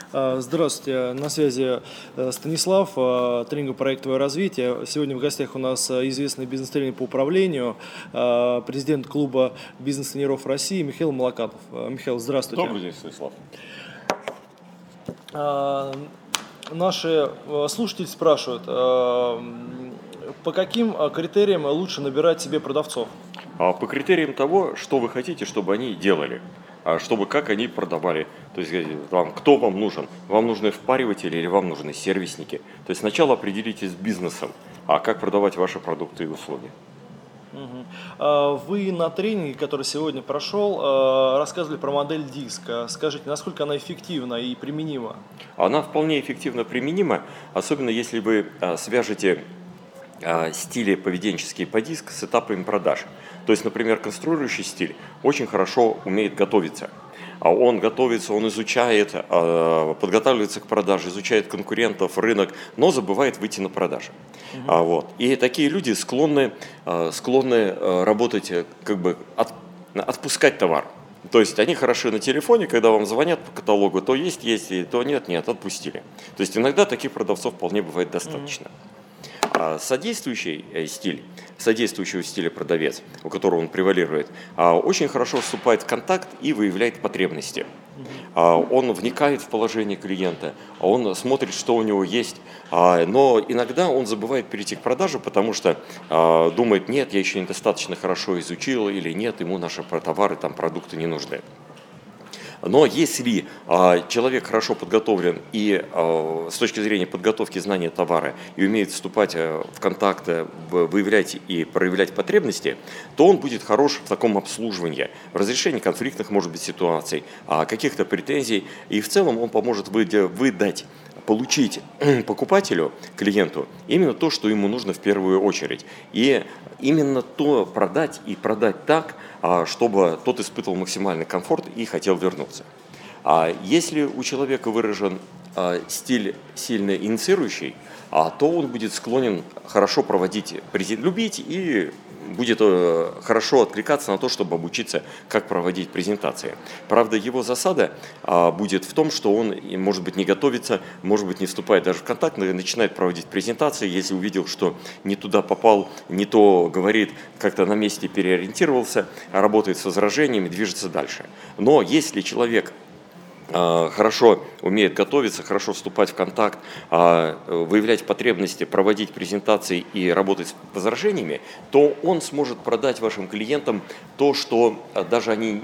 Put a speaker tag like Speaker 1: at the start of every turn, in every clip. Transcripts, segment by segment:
Speaker 1: Здравствуйте, на связи Станислав, тренинговый проектовое развитие. Сегодня в гостях у нас известный бизнес-тренер по управлению, президент клуба бизнес-тренеров России Михаил Молокатов. Михаил, здравствуйте.
Speaker 2: Добрый день, Станислав.
Speaker 1: Наши слушатели спрашивают, по каким критериям лучше набирать себе продавцов?
Speaker 2: По критериям того, что вы хотите, чтобы они делали, чтобы как они продавали. То есть, кто вам нужен? Вам нужны впариватели или вам нужны сервисники? То есть сначала определитесь с бизнесом, как продавать ваши продукты и услуги.
Speaker 1: Вы на тренинге, который сегодня прошел, рассказывали про модель DISC. Скажите, насколько она эффективна и применима?
Speaker 2: Она вполне эффективно применима, особенно если вы свяжете стили поведенческие по DISC с этапами продаж. То есть, например, конструирующий стиль очень хорошо умеет готовиться. Он готовится, он изучает, подготавливается к продаже, изучает конкурентов, рынок, но забывает выйти на продажи. И такие люди склонны работать, отпускать товар. То есть они хороши на телефоне, когда вам звонят по каталогу, то есть, то нет, отпустили. То есть иногда таких продавцов вполне бывает достаточно. Содействующего стиля продавец, у которого он превалирует, очень хорошо вступает в контакт и выявляет потребности. Он вникает в положение клиента, он смотрит, что у него есть, но иногда он забывает перейти к продаже, потому что думает, нет, я еще недостаточно хорошо изучил, или нет, ему наши товары, продукты не нужны. Но если человек хорошо подготовлен и с точки зрения подготовки знания товара и умеет вступать в контакты, выявлять и проявлять потребности, то он будет хорош в таком обслуживании, в разрешении конфликтных, может быть, ситуаций, каких-то претензий, и в целом он поможет получить покупателю, клиенту, именно то, что ему нужно в первую очередь. И именно то продать и продать так, чтобы тот испытывал максимальный комфорт и хотел вернуться. Если у человека выражен стиль сильно инициирующий, то он будет склонен хорошо любить и будет хорошо откликаться на то, чтобы обучиться, как проводить презентации. Правда, его засада будет в том, что он, может быть, не готовится, может быть, не вступает даже в контакт, но начинает проводить презентации, если увидел, что не туда попал, не то говорит, как-то на месте переориентировался, работает с возражениями, движется дальше. Но если человек хорошо умеет готовиться, хорошо вступать в контакт, выявлять потребности, проводить презентации и работать с возражениями, то он сможет продать вашим клиентам то, что даже они,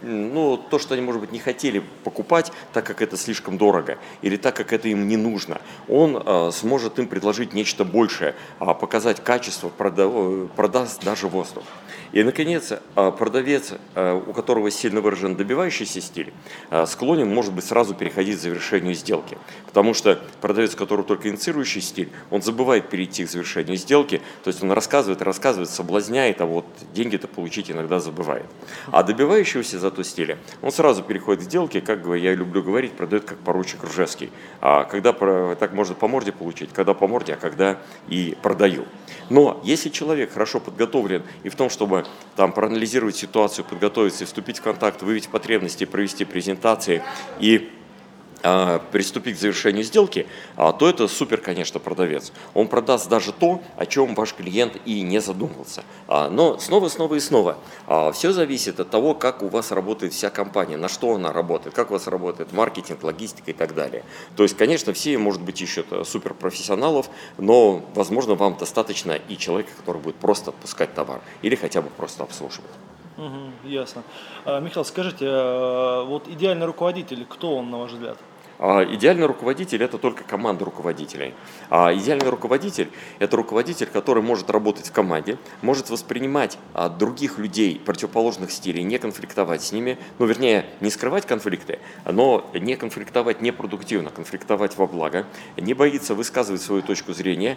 Speaker 2: может быть, не хотели покупать, так как это слишком дорого или так как это им не нужно. Он сможет им предложить нечто большее, показать качество, продаст даже воздух. И, наконец, продавец, у которого сильно выражен добивающийся стиль, склонен, может быть, сразу переходить к завершению сделки. Потому что продавец, у которого только инициирующий стиль, он забывает перейти к завершению сделки, то есть он рассказывает, соблазняет, а вот деньги-то получить иногда забывает. А добивающегося зато стиля, он сразу переходит к сделке, как я люблю говорить, продает как поручик Ржевский. Когда так можно по морде получить, когда по морде, а когда и продаю. Но если человек хорошо подготовлен и в том, чтобы проанализировать ситуацию, подготовиться и вступить в контакт, выявить потребности, провести презентации и приступить к завершению сделки, то это супер, конечно, продавец. Он продаст даже то, о чем ваш клиент и не задумывался. Но снова и снова. Все зависит от того, как у вас работает вся компания, на что она работает, как у вас работает маркетинг, логистика и так далее. То есть, конечно, все, может быть, ищут суперпрофессионалов, но, возможно, вам достаточно и человека, который будет просто отпускать товар или хотя бы просто обслуживать.
Speaker 1: Ясно. Михаил, скажите, вот идеальный руководитель, кто он, на ваш взгляд?
Speaker 2: Идеальный руководитель – это только команда руководителей. Идеальный руководитель – это руководитель, который может работать в команде, может воспринимать других людей противоположных стилей, не конфликтовать с ними, не скрывать конфликты, но не конфликтовать непродуктивно, конфликтовать во благо, не боится высказывать свою точку зрения,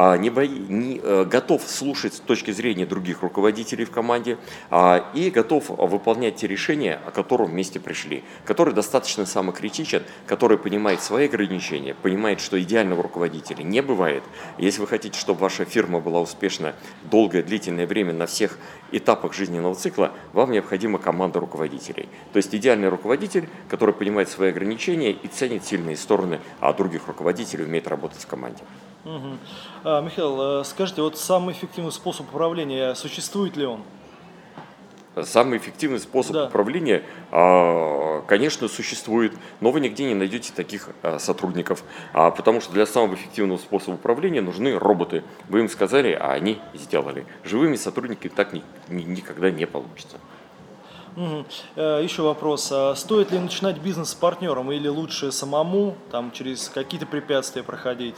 Speaker 2: готов слушать с точки зрения других руководителей в команде и готов выполнять те решения, о которых вместе пришли, который достаточно самокритичен, который которая понимает свои ограничения, понимает, что идеального руководителя не бывает. Если вы хотите, чтобы ваша фирма была успешна долгое, длительное время на всех этапах жизненного цикла, вам необходима команда руководителей. То есть идеальный руководитель, который понимает свои ограничения и ценит сильные стороны, а других руководителей умеет работать в команде.
Speaker 1: Михаил, скажите, вот самый эффективный способ управления, существует ли он?
Speaker 2: Самый эффективный способ управления, конечно, существует, но вы нигде не найдете таких сотрудников, потому что для самого эффективного способа управления нужны роботы. Вы им сказали, а они сделали. Живыми сотрудниками так никогда не получится.
Speaker 1: Еще вопрос. Стоит ли начинать бизнес с партнером или лучше самому, там, через какие-то препятствия проходить?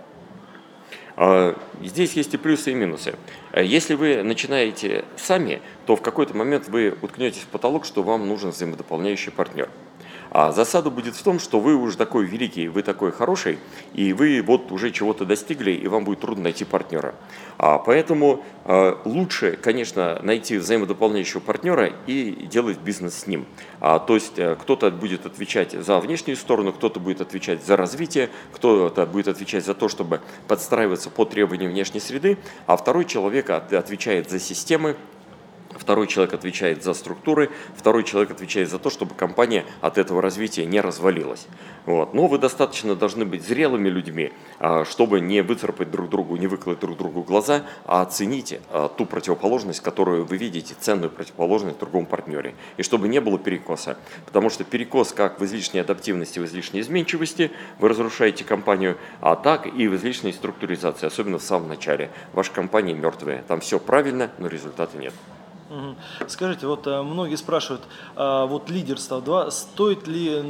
Speaker 2: Здесь есть и плюсы, и минусы. Если вы начинаете сами, то в какой-то момент вы уткнетесь в потолок, что вам нужен взаимодополняющий партнер. А засада будет в том, что вы уже такой великий, вы такой хороший, и вы вот уже чего-то достигли, и вам будет трудно найти партнера. Поэтому лучше, конечно, найти взаимодополняющего партнера и делать бизнес с ним. То есть кто-то будет отвечать за внешнюю сторону, кто-то будет отвечать за развитие, кто-то будет отвечать за то, чтобы подстраиваться под требования внешней среды, а второй человек отвечает за системы, второй человек отвечает за структуры, второй человек отвечает за то, чтобы компания от этого развития не развалилась. Но вы достаточно должны быть зрелыми людьми, чтобы не выцарапать друг другу, не выколоть друг другу глаза, а оценить ту противоположность, которую вы видите, ценную противоположность в другом партнере. И чтобы не было перекоса. Потому что перекос как в излишней адаптивности, в излишней изменчивости, вы разрушаете компанию, а так и в излишней структуризации, особенно в самом начале. Ваша компания мертвая, там все правильно, но результата нет.
Speaker 1: Скажите, вот многие спрашивают, вот лидерство, стоит ли,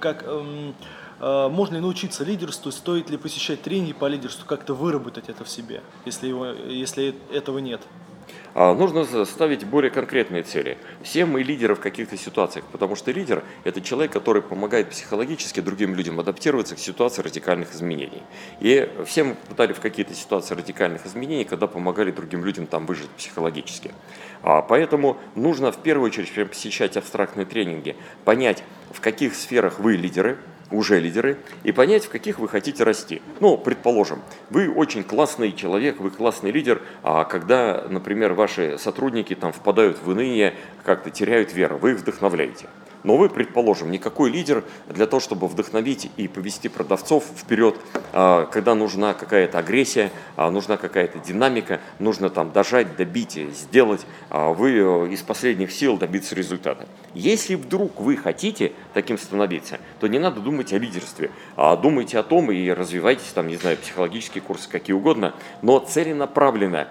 Speaker 1: можно ли научиться лидерству, стоит ли посещать тренинги по лидерству, как-то выработать это в себе, если этого нет?
Speaker 2: Нужно ставить более конкретные цели. Все мы лидеры в каких-то ситуациях, потому что лидер – это человек, который помогает психологически другим людям адаптироваться к ситуации радикальных изменений. И все мы попадали в какие-то ситуации радикальных изменений, когда помогали другим людям там выжить психологически. Поэтому нужно в первую очередь посещать абстрактные тренинги, понять, в каких сферах вы лидеры, уже лидеры, и понять, в каких вы хотите расти. Предположим, вы очень классный человек, вы классный лидер, а когда, например, ваши сотрудники там впадают в уныние, как-то теряют веру, вы их вдохновляете. Но вы, предположим, никакой лидер для того, чтобы вдохновить и повести продавцов вперед, когда нужна какая-то агрессия, нужна какая-то динамика, нужно там дожать, добить, сделать, вы из последних сил добиться результата. Если вдруг вы хотите таким становиться, то не надо думать о лидерстве, а думайте о том и развивайтесь, там, не знаю, психологические курсы, какие угодно, но целенаправленно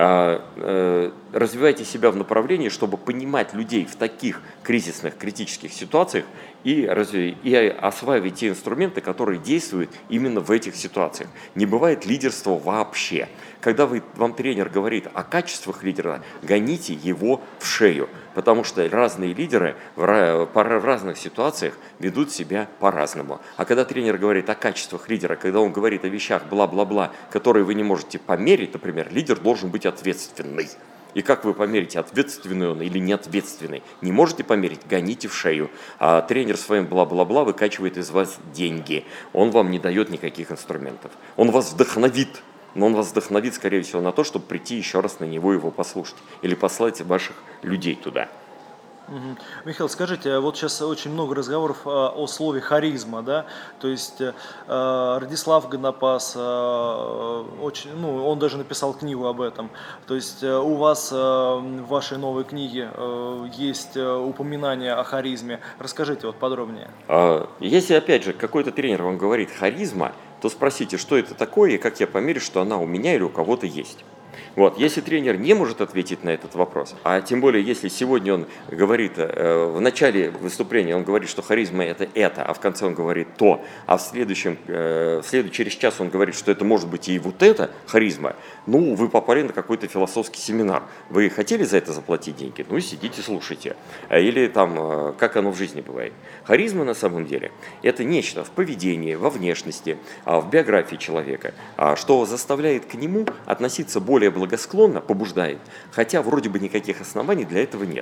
Speaker 2: развивайте себя в направлении, чтобы понимать людей в таких кризисных, критических ситуациях и осваивать те инструменты, которые действуют именно в этих ситуациях. Не бывает лидерства вообще. Когда вам тренер говорит о качествах лидера, гоните его в шею, потому что разные лидеры в разных ситуациях ведут себя по-разному. А когда тренер говорит о качествах лидера, когда он говорит о вещах бла-бла-бла, которые вы не можете померить, например, лидер должен быть ответственный. И как вы померите, ответственный он или неответственный? Не можете померить? Гоните в шею. А тренер своим бла-бла-бла выкачивает из вас деньги. Он вам не дает никаких инструментов. Он вас вдохновит. Но он вас вдохновит, скорее всего, на то, чтобы прийти еще раз на него его послушать. Или послать ваших людей туда.
Speaker 1: Михаил, скажите, вот сейчас очень много разговоров о слове харизма, да, то есть Радислав Гонопас, он даже написал книгу об этом, то есть у вас в вашей новой книге есть упоминание о харизме, расскажите вот подробнее.
Speaker 2: Если, опять же, какой-то тренер вам говорит харизма, то спросите, что это такое и как я померю, что она у меня или у кого-то есть. Если тренер не может ответить на этот вопрос, а тем более, если сегодня он говорит, в начале выступления он говорит, что харизма это, а в конце он говорит то, а через час он говорит, что это может быть и вот это харизма, вы попали на какой-то философский семинар. Вы хотели за это заплатить деньги? Сидите, слушайте. Или там, как оно в жизни бывает. Харизма на самом деле это нечто в поведении, во внешности, в биографии человека, что заставляет к нему относиться более благосклонно, побуждает, хотя вроде бы никаких оснований для этого нет.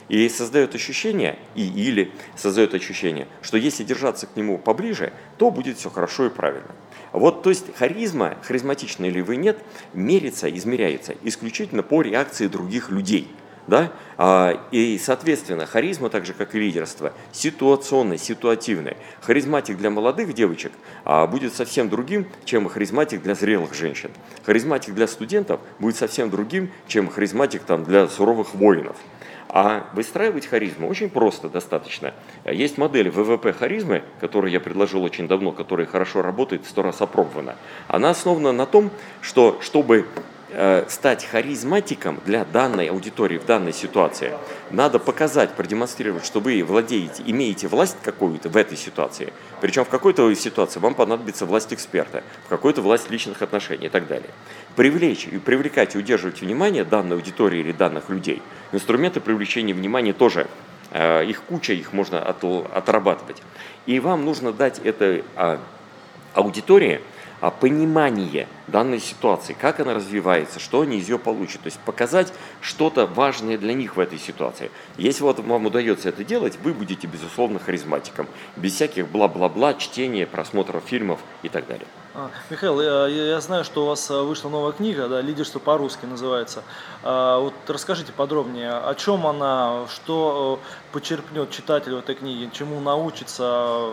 Speaker 2: И создает ощущение, или создает ощущение, что если держаться к нему поближе, то будет все хорошо и правильно. Вот, то есть харизма, харизматичны ли вы нет, мерится, измеряется исключительно по реакции других людей. Да? И, соответственно, харизма, так же как и лидерство, ситуационное, ситуативное. Харизматик для молодых девочек будет совсем другим, чем харизматик для зрелых женщин. Харизматик для студентов будет совсем другим, чем харизматик для суровых воинов. А выстраивать харизму очень просто, достаточно. Есть модель ВВП харизмы, которую я предложил очень давно, которая хорошо работает, 100 раз опробована. Она основана на том, что чтобы стать харизматиком для данной аудитории в данной ситуации, надо показать, продемонстрировать, что вы владеете, имеете власть какую-то в этой ситуации. Причем в какой-то ситуации вам понадобится власть эксперта, в какой-то власть личных отношений и так далее. Привлечь и привлекать и удерживать внимание данной аудитории или данных людей. Инструменты привлечения внимания тоже, их куча, их можно отрабатывать. И вам нужно дать этой аудитории понимание данной ситуации, как она развивается, что они из нее получат. То есть показать что-то важное для них в этой ситуации. Если вот вам удается это делать, вы будете, безусловно, харизматиком. Без всяких бла-бла-бла, чтения, просмотров фильмов и так далее.
Speaker 1: Михаил, я знаю, что у вас вышла новая книга, да, «Лидерство по-русски» называется. Вот расскажите подробнее, о чем она, что почерпнет читатель в этой книге, чему научится.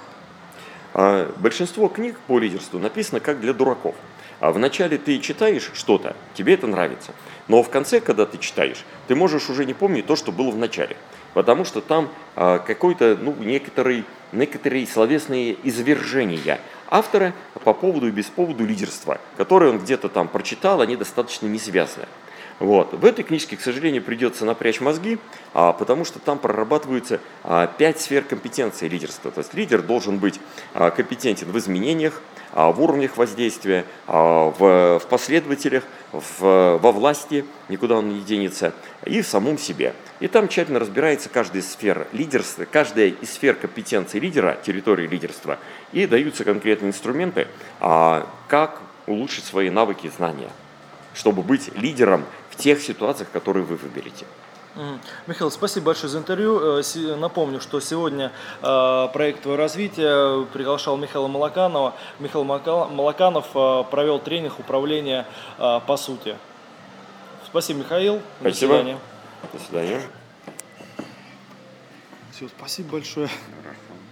Speaker 2: Большинство книг по лидерству написано как для дураков. Вначале ты читаешь что-то, тебе это нравится. Но в конце, когда ты читаешь, ты можешь уже не помнить то, что было в начале. Потому что там какой-то, некоторые словесные извержения автора по поводу и без поводу лидерства, которые он где-то там прочитал, они достаточно не связаны. Вот. В этой книжке, к сожалению, придется напрячь мозги, потому что там прорабатываются 5 сфер компетенции лидерства. То есть лидер должен быть компетентен в изменениях, в уровнях воздействия, в последователях, во власти, никуда он не денется, и в самом себе. И там тщательно разбирается каждая из сфер лидерства, каждая из сфер компетенции лидера, территории лидерства, и даются конкретные инструменты, как улучшить свои навыки и знания, чтобы быть лидером в тех ситуациях, которые вы выберете.
Speaker 1: Михаил, спасибо большое за интервью. Напомню, что сегодня проект «Твое развитие» приглашал Михаила Молоканова. Михаил Молоканов провел тренинг управления по сути. Спасибо, Михаил.
Speaker 2: Спасибо.
Speaker 1: До свидания.
Speaker 2: До свидания.
Speaker 1: Все, спасибо большое.
Speaker 2: Хорошо.